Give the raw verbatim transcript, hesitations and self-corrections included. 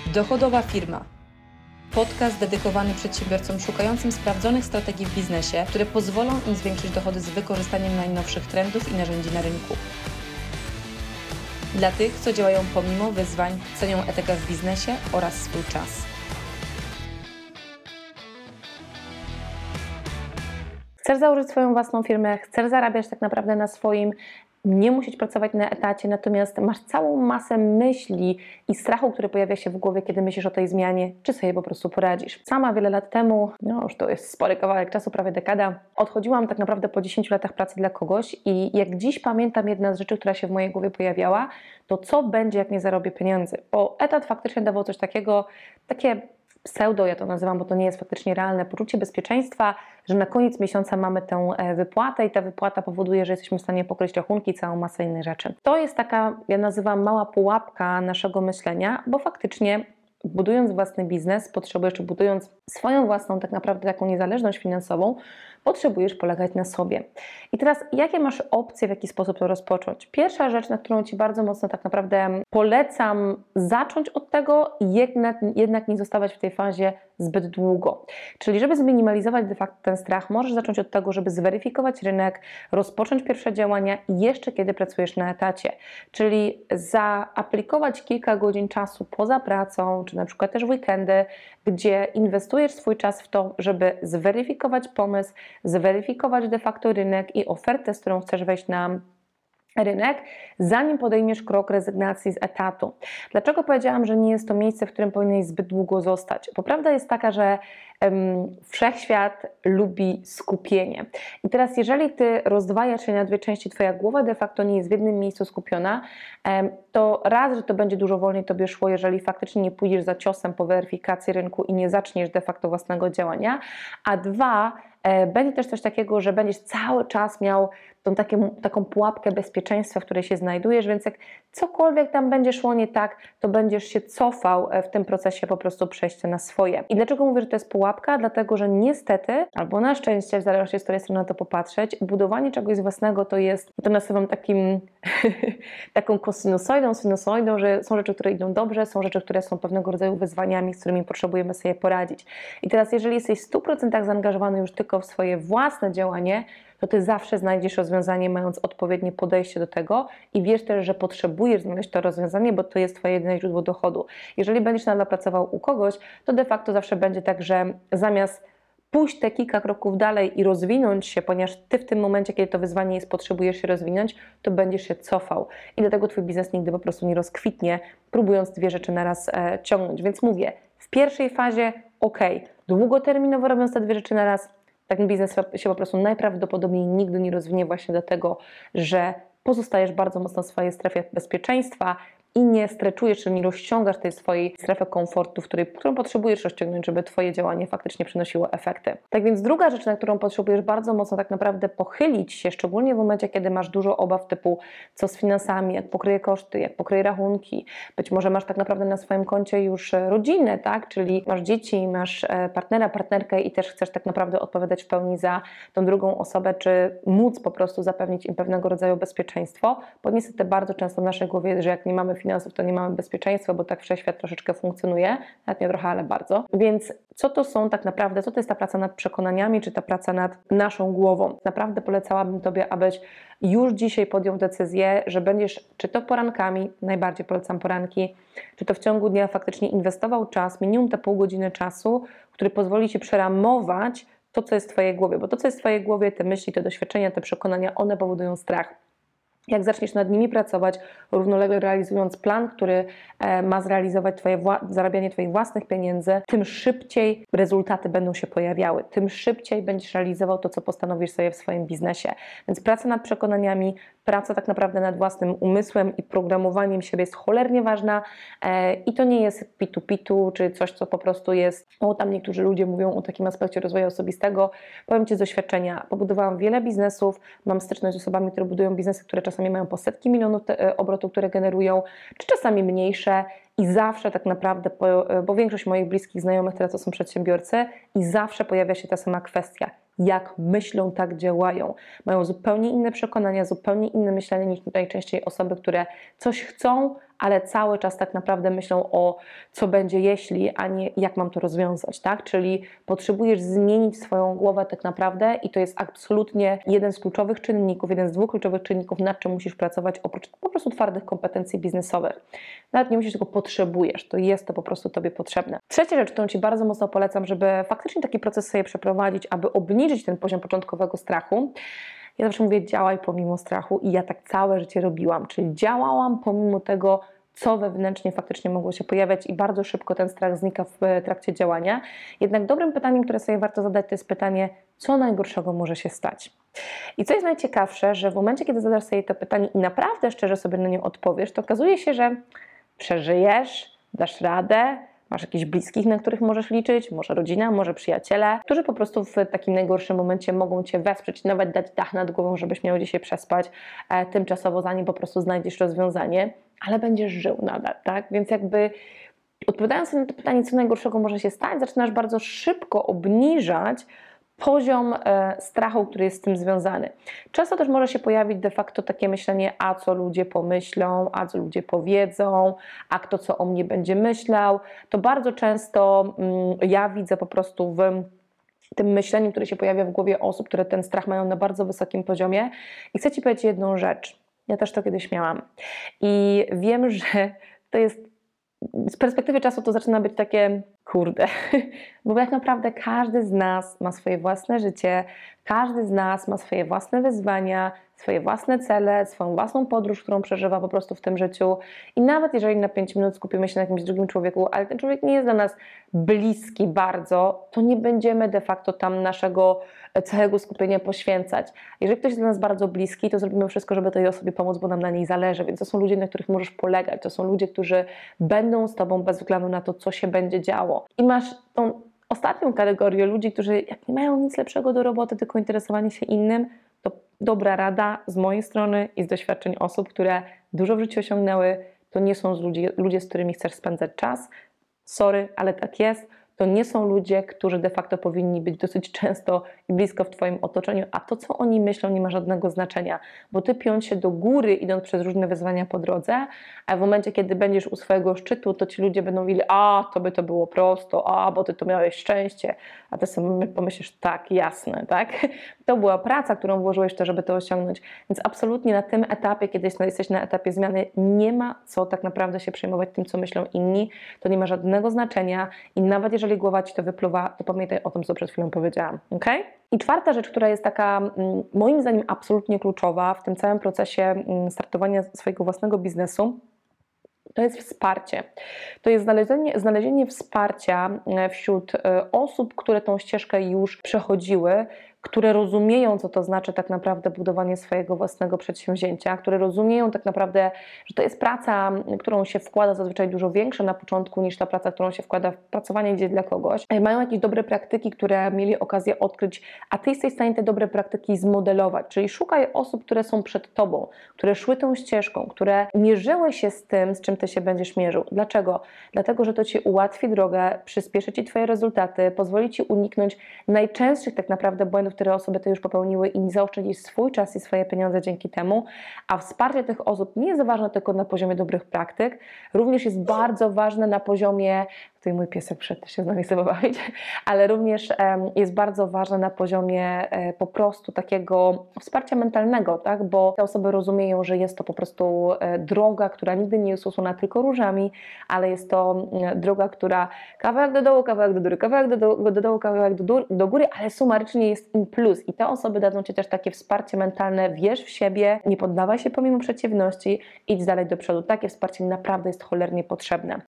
Dochodowa firma. Podcast dedykowany przedsiębiorcom szukającym sprawdzonych strategii w biznesie, które pozwolą im zwiększyć dochody z wykorzystaniem najnowszych trendów i narzędzi na rynku. Dla tych, co działają pomimo wyzwań, cenią etykę w biznesie oraz swój czas. Chcesz założyć swoją własną firmę, chcesz zarabiać tak naprawdę na swoim, nie musieć pracować na etacie, natomiast masz całą masę myśli i strachu, który pojawia się w głowie, kiedy myślisz o tej zmianie, czy sobie po prostu poradzisz. Sama wiele lat temu, no już to jest spory kawałek czasu, prawie dekada, odchodziłam tak naprawdę po dziesięciu latach pracy dla kogoś i jak dziś pamiętam, jedna z rzeczy, która się w mojej głowie pojawiała, to co będzie, jak nie zarobię pieniędzy, bo etat faktycznie dawał coś takiego, takie pseudo, ja to nazywam, bo to nie jest faktycznie realne, poczucie bezpieczeństwa, że na koniec miesiąca mamy tę wypłatę i ta wypłata powoduje, że jesteśmy w stanie pokryć rachunki i całą masę innych rzeczy. To jest taka, ja nazywam, mała pułapka naszego myślenia, bo faktycznie budując własny biznes, potrzebujesz, czy budując swoją własną tak naprawdę taką niezależność finansową, potrzebujesz polegać na sobie. I teraz jakie masz opcje, w jaki sposób to rozpocząć? Pierwsza rzecz, na którą Ci bardzo mocno tak naprawdę polecam zacząć od tego, jednak, jednak nie zostawać w tej fazie zbyt długo. Czyli żeby zminimalizować de facto ten strach, możesz zacząć od tego, żeby zweryfikować rynek, rozpocząć pierwsze działania jeszcze kiedy pracujesz na etacie. Czyli zaaplikować kilka godzin czasu poza pracą, czy na przykład też weekendy, gdzie inwestujesz swój czas w to, żeby zweryfikować pomysł, zweryfikować de facto rynek i ofertę, z którą chcesz wejść na rynek, zanim podejmiesz krok rezygnacji z etatu. Dlaczego powiedziałam, że nie jest to miejsce, w którym powinieneś zbyt długo zostać? Bo prawda jest taka, że um, wszechświat lubi skupienie. I teraz jeżeli Ty rozdwajasz się na dwie części, Twoja głowa de facto nie jest w jednym miejscu skupiona, um, to raz, że to będzie dużo wolniej Tobie szło, jeżeli faktycznie nie pójdziesz za ciosem po weryfikacji rynku i nie zaczniesz de facto własnego działania, a dwa, będzie też coś takiego, że będziesz cały czas miał tą taką, taką pułapkę bezpieczeństwa, w której się znajdujesz, więc jak cokolwiek tam będzie szło nie tak, to będziesz się cofał w tym procesie po prostu przejścia na swoje. I dlaczego mówię, że to jest pułapka? Dlatego, że niestety, albo na szczęście, w zależności z której strony na to popatrzeć, budowanie czegoś własnego to jest, to nazywam takim taką kosinusoidą, sinusoidą, że są rzeczy, które idą dobrze, są rzeczy, które są pewnego rodzaju wyzwaniami, z którymi potrzebujemy sobie poradzić. I teraz, jeżeli jesteś w stu procentach zaangażowany już tylko w swoje własne działanie, to Ty zawsze znajdziesz rozwiązanie, mając odpowiednie podejście do tego i wiesz też, że potrzebujesz znaleźć to rozwiązanie, bo to jest Twoje jedyne źródło dochodu. Jeżeli będziesz nadal pracował u kogoś, to de facto zawsze będzie tak, że zamiast pójść te kilka kroków dalej i rozwinąć się, ponieważ Ty w tym momencie, kiedy to wyzwanie jest, potrzebujesz się rozwinąć, to będziesz się cofał. I dlatego Twój biznes nigdy po prostu nie rozkwitnie, próbując dwie rzeczy naraz e, ciągnąć. Więc mówię, w pierwszej fazie ok, długoterminowo robiąc te dwie rzeczy naraz, taki biznes się po prostu najprawdopodobniej nigdy nie rozwinie właśnie dlatego, że pozostajesz bardzo mocno w swojej strefie bezpieczeństwa i nie streczujesz, czy nie rozciągasz tej swojej strefy komfortu, w której, którą potrzebujesz rozciągnąć, żeby Twoje działanie faktycznie przynosiło efekty. Tak więc druga rzecz, na którą potrzebujesz bardzo mocno tak naprawdę pochylić się, szczególnie w momencie, kiedy masz dużo obaw typu co z finansami, jak pokryję koszty, jak pokryję rachunki, być może masz tak naprawdę na swoim koncie już rodzinę, tak? Czyli masz dzieci, masz partnera, partnerkę i też chcesz tak naprawdę odpowiadać w pełni za tą drugą osobę, czy móc po prostu zapewnić im pewnego rodzaju bezpieczeństwo, bo niestety bardzo często w naszej głowie, że jak nie mamy finansów, to nie mamy bezpieczeństwa, bo tak wszechświat troszeczkę funkcjonuje, nawet nie trochę, ale bardzo. Więc co to są tak naprawdę, co to jest ta praca nad przekonaniami, czy ta praca nad naszą głową? Naprawdę polecałabym Tobie, abyś już dzisiaj podjął decyzję, że będziesz, czy to porankami, najbardziej polecam poranki, czy to w ciągu dnia faktycznie inwestował czas, minimum te pół godziny czasu, który pozwoli Ci przeramować to, co jest w Twojej głowie, bo to, co jest w Twojej głowie, te myśli, te doświadczenia, te przekonania, one powodują strach. Jak zaczniesz nad nimi pracować, równolegle realizując plan, który ma zrealizować twoje zarabianie Twoich własnych pieniędzy, tym szybciej rezultaty będą się pojawiały, tym szybciej będziesz realizował to, co postanowisz sobie w swoim biznesie. Więc praca nad przekonaniami, praca tak naprawdę nad własnym umysłem i programowaniem siebie jest cholernie ważna i to nie jest pitu-pitu, czy coś, co po prostu jest, o tam niektórzy ludzie mówią o takim aspekcie rozwoju osobistego. Powiem Ci z doświadczenia, pobudowałam wiele biznesów, mam styczność z osobami, które budują biznesy, które czasami mają po setki milionów obrotu, które generują, czy czasami mniejsze i zawsze tak naprawdę, bo większość moich bliskich znajomych teraz to są przedsiębiorcy i zawsze pojawia się ta sama kwestia. Jak myślą, tak działają. Mają zupełnie inne przekonania, zupełnie inne myślenie niż najczęściej osoby, które coś chcą, ale cały czas tak naprawdę myślą o co będzie jeśli, a nie jak mam to rozwiązać, tak? Czyli potrzebujesz zmienić swoją głowę tak naprawdę i to jest absolutnie jeden z kluczowych czynników, jeden z dwóch kluczowych czynników, nad czym musisz pracować oprócz po prostu twardych kompetencji biznesowych. Nawet nie musisz, tylko potrzebujesz, to jest to po prostu Tobie potrzebne. Trzecia rzecz, którą Ci bardzo mocno polecam, żeby faktycznie taki proces sobie przeprowadzić, aby obniżyć ten poziom początkowego strachu. Ja zawsze mówię, działaj pomimo strachu i ja tak całe życie robiłam, czyli działałam pomimo tego, co wewnętrznie faktycznie mogło się pojawiać i bardzo szybko ten strach znika w trakcie działania. Jednak dobrym pytaniem, które sobie warto zadać, to jest pytanie, co najgorszego może się stać. I co jest najciekawsze, że w momencie, kiedy zadasz sobie to pytanie i naprawdę szczerze sobie na nie odpowiesz, to okazuje się, że przeżyjesz, dasz radę, masz jakichś bliskich, na których możesz liczyć, może rodzina, może przyjaciele, którzy po prostu w takim najgorszym momencie mogą Cię wesprzeć, nawet dać dach nad głową, żebyś miał dzisiaj przespać e, tymczasowo, zanim po prostu znajdziesz rozwiązanie, ale będziesz żył nadal, tak? Więc jakby odpowiadając sobie na to pytanie, co najgorszego może się stać, zaczynasz bardzo szybko obniżać poziom e, strachu, który jest z tym związany. Często też może się pojawić de facto takie myślenie, a co ludzie pomyślą, a co ludzie powiedzą, a kto co o mnie będzie myślał. To bardzo często mm, ja widzę po prostu w tym myśleniu, które się pojawia w głowie osób, które ten strach mają na bardzo wysokim poziomie. I chcę Ci powiedzieć jedną rzecz. Ja też to kiedyś miałam. I wiem, że to jest z perspektywy czasu to zaczyna być takie, kurde, bo tak naprawdę każdy z nas ma swoje własne życie, każdy z nas ma swoje własne wyzwania, swoje własne cele, swoją własną podróż, którą przeżywa po prostu w tym życiu i nawet jeżeli na pięć minut skupimy się na jakimś drugim człowieku, ale ten człowiek nie jest dla nas bliski bardzo, to nie będziemy de facto tam naszego całego skupienia poświęcać. Jeżeli ktoś jest dla nas bardzo bliski, to zrobimy wszystko, żeby tej osobie pomóc, bo nam na niej zależy, więc to są ludzie, na których możesz polegać, to są ludzie, którzy będą z Tobą bez względu na to, co się będzie działo. I masz tą ostatnią kategorię ludzi, którzy jak nie mają nic lepszego do roboty, tylko interesowanie się innym, to dobra rada z mojej strony i z doświadczeń osób, które dużo w życiu osiągnęły, to nie są ludzie, ludzie, z którymi chcesz spędzać czas. Sorry, ale tak jest. To nie są ludzie, którzy de facto powinni być dosyć często i blisko w Twoim otoczeniu, a to, co oni myślą, nie ma żadnego znaczenia, bo Ty piąc się do góry, idąc przez różne wyzwania po drodze, a w momencie, kiedy będziesz u swojego szczytu, to ci ludzie będą mówili, a to by to było prosto, a bo Ty to miałeś szczęście, a Ty sobie pomyślisz, tak, jasne, tak? To była praca, którą włożyłeś w to, żeby to osiągnąć, więc absolutnie na tym etapie, kiedy jesteś na etapie zmiany, nie ma co tak naprawdę się przejmować tym, co myślą inni, to nie ma żadnego znaczenia i nawet jeżeli głowa Ci to wypluwa, to pamiętaj o tym, co przed chwilą powiedziałam, ok? I czwarta rzecz, która jest taka moim zdaniem absolutnie kluczowa w tym całym procesie startowania swojego własnego biznesu, to jest wsparcie. To jest znalezienie, znalezienie wsparcia wśród osób, które tą ścieżkę już przechodziły, które rozumieją, co to znaczy tak naprawdę budowanie swojego własnego przedsięwzięcia, które rozumieją tak naprawdę, że to jest praca, którą się wkłada zazwyczaj dużo większa na początku niż ta praca, którą się wkłada w pracowanie gdzieś dla kogoś. Mają jakieś dobre praktyki, które mieli okazję odkryć, a Ty jesteś w stanie te dobre praktyki zmodelować, czyli szukaj osób, które są przed Tobą, które szły tą ścieżką, które mierzyły się z tym, z czym Ty się będziesz mierzył. Dlaczego? Dlatego, że to Ci ułatwi drogę, przyspieszy Ci Twoje rezultaty, pozwoli Ci uniknąć najczęstszych tak naprawdę błędów, które osoby te już popełniły i zaoszczędzić swój czas i swoje pieniądze dzięki temu, a wsparcie tych osób nie jest ważne tylko na poziomie dobrych praktyk, również jest bardzo ważne na poziomie, tutaj mój piesek przed się z nami chce pobawić, ale również jest bardzo ważne na poziomie po prostu takiego wsparcia mentalnego, tak? Bo te osoby rozumieją, że jest to po prostu droga, która nigdy nie jest usłana tylko różami, ale jest to droga, która kawałek do dołu, kawałek do góry, kawałek do, do, do dołu, kawałek do, do góry, ale sumarycznie jest im plus i te osoby dadzą Ci też takie wsparcie mentalne, wierz w siebie, nie poddawaj się pomimo przeciwności, idź dalej do przodu. Takie wsparcie naprawdę jest cholernie potrzebne.